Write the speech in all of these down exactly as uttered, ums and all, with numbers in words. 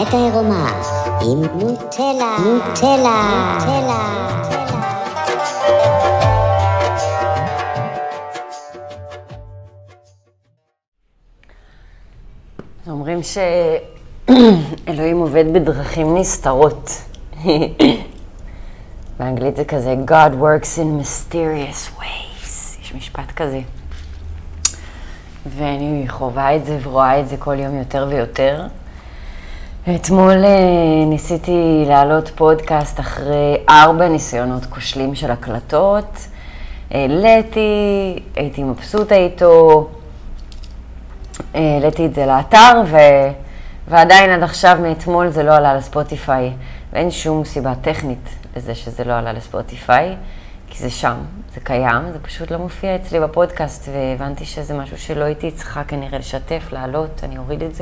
דיאטה עירומה עם נוטלה, נוטלה, נוטלה. אומרים שאלוהים עובד בדרכים נסתרות. באנגלית זה כזה, God works in mysterious ways. יש משפט כזה. ואני חווה את זה ורואה את זה כל יום יותר ויותר. אתמול ניסיתי להעלות פודקאסט אחרי ארבע ניסיונות כושלים של הקלטות. העליתי, הייתי מבסוטה איתו. העליתי את זה לאתר, ו... ועדיין עד עכשיו מאתמול זה לא עלה לספוטיפיי. ואין שום סיבה טכנית לזה שזה לא עלה לספוטיפיי, כי זה שם, זה קיים, זה פשוט לא מופיע אצלי בפודקאסט, והבנתי שזה משהו שלא הייתי צריכה כנראה לשתף, לעלות, אני אוריד את זה.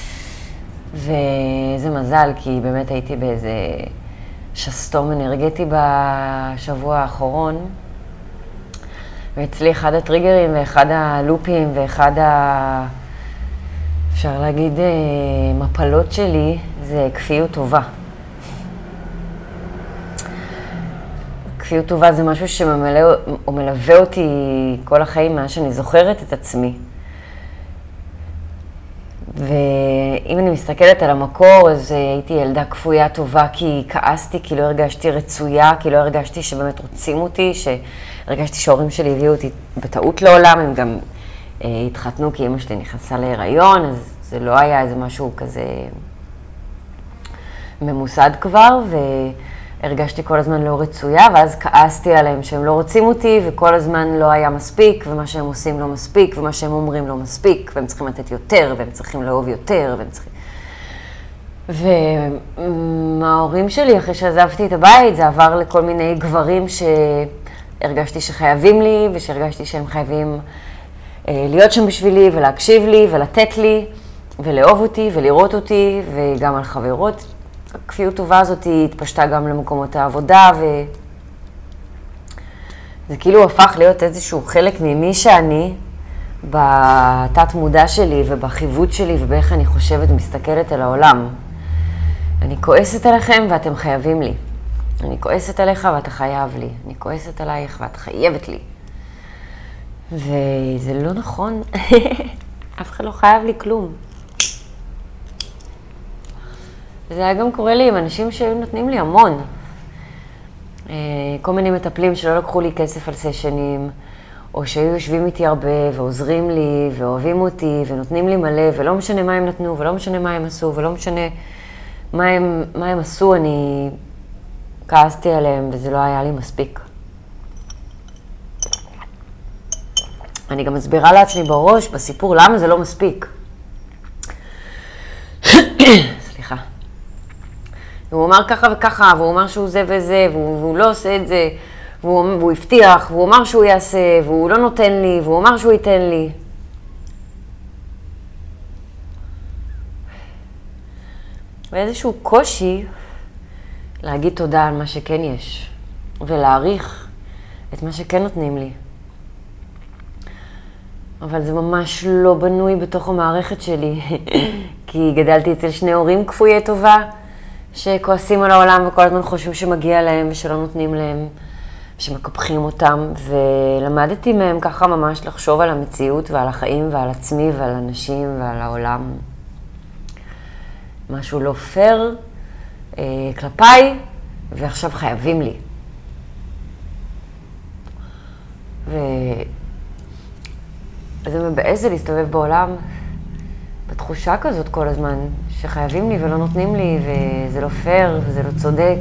וזה מזל, כי באמת הייתי באיזה שסתום אנרגטי בשבוע האחרון, ואצלי אחד הטריגרים ואחד הלופים ואחד ה... אפשר להגיד מפלות שלי זה כפיות טובה. כפיות טובה זה משהו שממלא או מלווה אותי כל החיים מאז שאני זוכרת את עצמי. ואם אני מסתכלת על המקור, אז הייתי ילדה כפויה טובה כי כעסתי, כי לא הרגשתי רצויה, כי לא הרגשתי שבאמת רוצים אותי, שהרגשתי שההורים שלי הביאו אותי בטעות לעולם, הם גם אה, התחתנו כי אמא שלי נכנסה להיריון, אז זה לא היה איזה משהו כזה ממוסד כבר, והרגשתי כל הזמן לא רצויה, ואז כעסתי עליהם שהם לא רוצים אותי, וכל הזמן לא היה מספיק, ומה שהם עושים לא מספיק, ומה שהם אומרים לא מספיק, והם צריכים לתת יותר, והם צריכים לאהוב יותר, והם צריכים... ומההורים שלי, אחרי שעזבתי את הבית, זה עבר לכל מיני גברים שהרגשתי שחייבים לי, ושהרגשתי שהם חייבים להיות שם בשבילי, ולהקשיב לי, ולתת לי, ולאהוב אותי, ולראות אותי, וגם על חברות. הכפיות טובה הזאת התפשטה גם למקומות העבודה, וזה כאילו הפך להיות איזשהו חלק ממי שאני, בתת מודע שלי ובחיווט שלי, ובאיך אני חושבת ומסתכלת על העולם. אני כועסת עליכם ואתם חייבים לי. אני כועסת עליך ואתה חייב לי. אני כועסת עלייך ואת חייבת לי. וזה לא נכון. אף אחד לא חייב לי כלום. וזה היה גם קורה לי עם אנשים שהיו נותנים לי המון. כל מיני מטפלים שלא לקחו לי כסף על סשנים, או שהיו יושבים איתי הרבה ועוזרים לי ואוהבים אותי ונותנים לי מלא, ולא משנה מה הם נתנו ולא משנה מה הם עשו ולא משנה מה הם, מה הם עשו, אני כעסתי עליהם וזה לא היה לי מספיק. אני גם מסבירה לעצמי בראש בסיפור למה זה לא מספיק. סליחה. הוא אומר ככה וככה, והוא אומר שהוא זה וזה, והוא, והוא לא עושה את זה, והוא, והוא הבטיח, והוא אמר שהוא יעשה, והוא לא נותן לי, והוא אמר שהוא ייתן לי. ואיזשהו קושי להגיד תודה על מה שכן יש, ולהעריך את מה שכן נותנים לי. אבל זה ממש לא בנוי בתוך המערכת שלי, כי גדלתי אצל שני הורים כפויי טובה, שכועסים על העולם וכל הזמן חושבים שמגיע להם ושלא נותנים להם, שמקפחים אותם, ולמדתי מהם ככה ממש לחשוב על המציאות ועל החיים ועל עצמי ועל אנשים ועל העולם. משהו לא פייר אה, כלפיי, ועכשיו חייבים לי. ו... אז זה מבאס זה להסתובב בעולם בתחושה כזאת כל הזמן, שחייבים לי ולא נותנים לי, וזה לא פייר וזה לא צודק.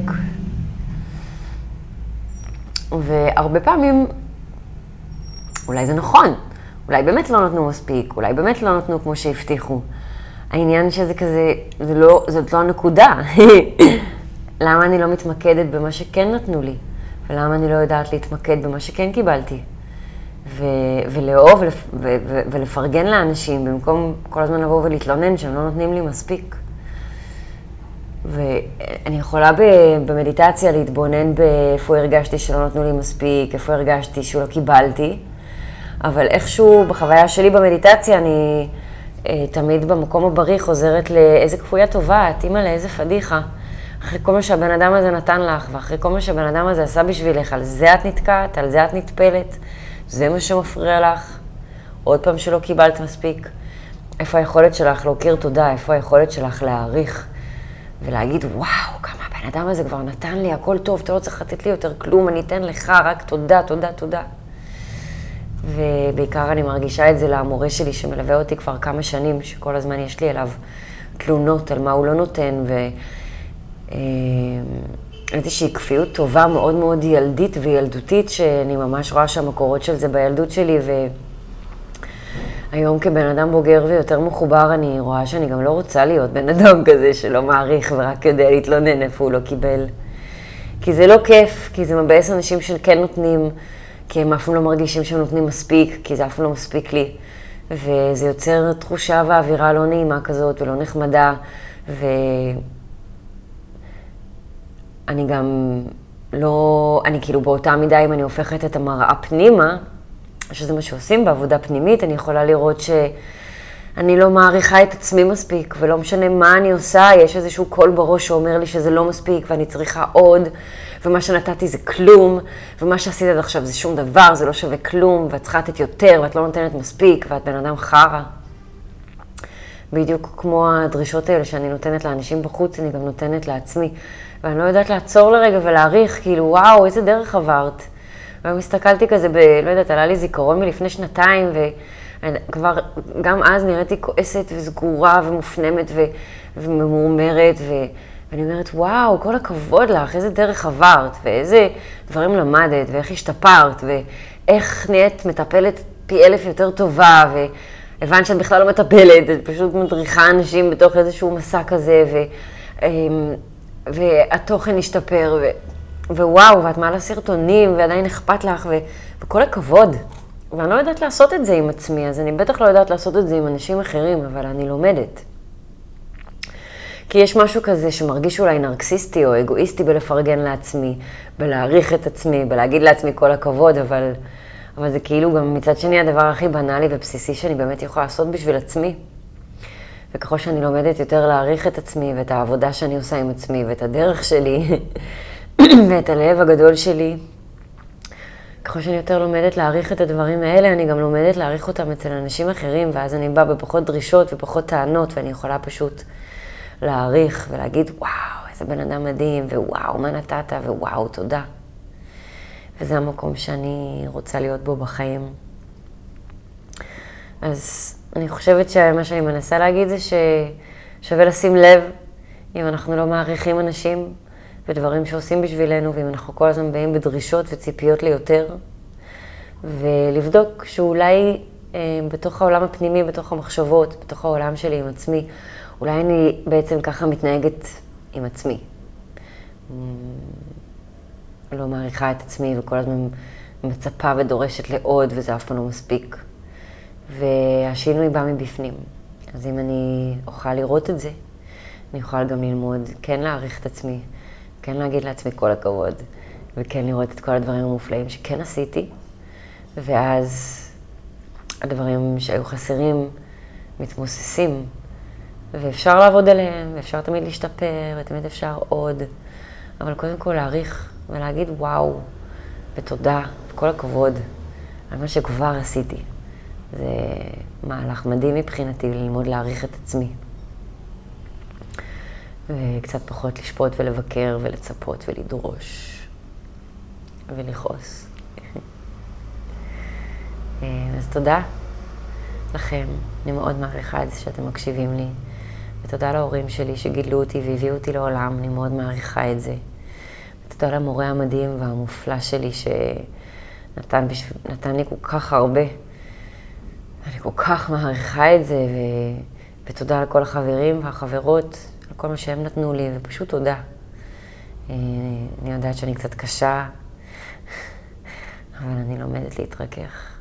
והרבה פעמים, אולי זה נכון, אולי באמת לא נתנו מספיק, אולי באמת לא נתנו כמו שהבטיחו. העניין שזה כזה, זה לא, זאת לא הנקודה. למה אני לא מתמקדת במה שכן נתנו לי? ולמה אני לא יודעת להתמקד במה שכן קיבלתי? ו- ולאהוב ולפ- ו- ו- ולפרגן לאנשים, במקום כל הזמן לבוא ולהתלונן שהם לא נותנים לי מספיק. ואני יכולה ב- במדיטציה להתבונן באיפה הרגשתי שלא נתנו לי מספיק, איפה הרגשתי שלא קיבלתי, אבל איכשהו בחוויה שלי במדיטציה אני תמיד במקום הבריא חוזרת לאיזה כפויה טובה, את אימא לאיזה פדיחה. אחרי כל מה שהבן אדם הזה נתן לך, ואחרי כל מה שהבן אדם הזה עשה בשבילך, על זה את נתקעת, על זה את נטפלת, זה מה שמפריע לך. עוד פעם שלא קיבלת מספיק. איפה היכולת שלך להוקיר תודה, איפה היכולת שלך להעריך, ולהגיד, וואו, כמה הבן אדם הזה כבר נתן לי, הכל טוב, אתה לא צריך לתת לי יותר כלום, אני אתן לך רק תודה, תודה, תודה. ובעיקר אני מרגישה את זה למורה שלי שמלווה אותי כבר כמה שנים, שכל הזמן יש לי אליו תלונות על מה הוא לא נותן, ואיזושהי כפיות טובה מאוד מאוד ילדית וילדותית, שאני ממש רואה שהמקורות של זה בילדות שלי, והיום כבן אדם בוגר ויותר מחובר, אני רואה שאני גם לא רוצה להיות בן אדם כזה שלא מעריך ורק יודע להתלונן איפה הוא לא קיבל. כי זה לא כיף, כי זה מבאס אנשים שכן נותנים, כי הם אף פעם לא מרגישים שהם נותנים מספיק, כי זה אף פעם לא מספיק לי. וזה יוצר תחושה ואווירה לא נעימה כזאת ולא נחמדה. ואני גם לא, אני כאילו באותה מידה, אם אני הופכת את המראה פנימה, שזה מה שעושים בעבודה פנימית, אני יכולה לראות שאני לא מעריכה את עצמי מספיק, ולא משנה מה אני עושה, יש איזשהו קול בראש שאומר לי שזה לא מספיק, ואני צריכה עוד, ומה שנתתי זה כלום, ומה שעשית עד עכשיו זה שום דבר, זה לא שווה כלום, ואת צריכה לתת יותר, ואת לא נותנת מספיק, ואת בן אדם חרה. בדיוק כמו הדרישות האלה שאני נותנת לאנשים בחוץ, אני גם נותנת לעצמי, ואני לא יודעת לעצור לרגע ולהעריך, כאילו, וואו, איזה דרך עברת. והיום הסתכלתי כזה, ב, לא יודעת, עלה לי זיכרון מלפני שנתיים, וכבר, גם אז נראיתי כועסת וסגורה ומופנמת ו, וממורמרת, ו, ואני אומרת, וואו, כל הכבוד לך, איזה דרך עברת, ואיזה דברים למדת, ואיך השתפרת, ואיך נהיית מטפלת פי אלף יותר טובה, והבנת שאת בכלל לא מטפלת, את פשוט מדריכה אנשים בתוך איזשהו מסע כזה, ו, והתוכן השתפר, ו... ווואו, ואת מעלה סרטונים, ועדיין אכפת לך, ו... וכל הכבוד. ואני לא יודעת לעשות את זה עם עצמי, אז אני בטח לא יודעת לעשות את זה עם אנשים אחרים, אבל אני לומדת. כי יש משהו כזה שמרגיש אולי נרקסיסטי או אגואיסטי בלפרגן לעצמי, בלהעריך את עצמי, בלהגיד לעצמי כל הכבוד, אבל, אבל זה כאילו גם מצד שני הדבר הכי בנאלי ובסיסי שאני באמת יכולה לעשות בשביל עצמי. וככל שאני לומדת יותר להעריך את עצמי, ואת העבודה שאני עושה עם עצמי, ואת הדרך שלי, ואת הלב הגדול שלי, ככל שאני יותר לומדת להעריך את הדברים האלה, אני גם לומדת להעריך אותם אצל אנשים אחרים, ואז אני באה בפחות דרישות ופחות טענות, ואני יכולה פשוט להעריך ולהגיד, וואו, איזה בן אדם מדהים, ווואו, מה נתת, ווואו, תודה. וזה המקום שאני רוצה להיות בו בחיים. אז אני חושבת שמה שאני מנסה להגיד זה ששווה לשים לב, אם אנחנו לא מעריכים אנשים, ודברים שעושים בשבילנו, ואם אנחנו כל הזמן באים בדרישות וציפיות ליותר, ולבדוק שאולי אה, בתוך העולם הפנימי, בתוך המחשבות, בתוך העולם שלי עם עצמי, אולי אני בעצם ככה מתנהגת עם עצמי. לא מעריכה את עצמי וכל הזמן מצפה ודורשת לעוד, וזה אף פעם לא מספיק. והשינוי בא מבפנים. אז אם אני אוכל לראות את זה, אני אוכל גם ללמוד, כן להעריך את עצמי, כן להגיד לעצמי כל הכבוד, וכן לראות את כל הדברים המופלאים שכן עשיתי, ואז הדברים שהיו חסרים מתמוססים, ואפשר לעבוד עליהם, ואפשר תמיד להשתפר, ותמיד אפשר עוד, אבל קודם כל להעריך ולהגיד וואו, ותודה, וכל הכבוד על מה שכבר עשיתי. זה מהלך מדהים מבחינתי ללמוד להעריך את עצמי. וקצת פחות לשפוט ולבקר ולצפות ולדרוש ולכעוס. אז תודה לכם, אני מאוד מעריכה את זה שאתם מקשיבים לי. ותודה להורים שלי שגידלו אותי והביאו אותי לעולם, אני מאוד מעריכה את זה. ותודה למורה המדהים והמופלא שלי שנתן בשב... נתן לי כל כך הרבה. אני כל כך מעריכה את זה, ו... ותודה לכל החברים והחברות, על כל מה שהם נתנו לי, ופשוט תודה. אני יודעת שאני קצת קשה, אבל אני לומדת להתרכך.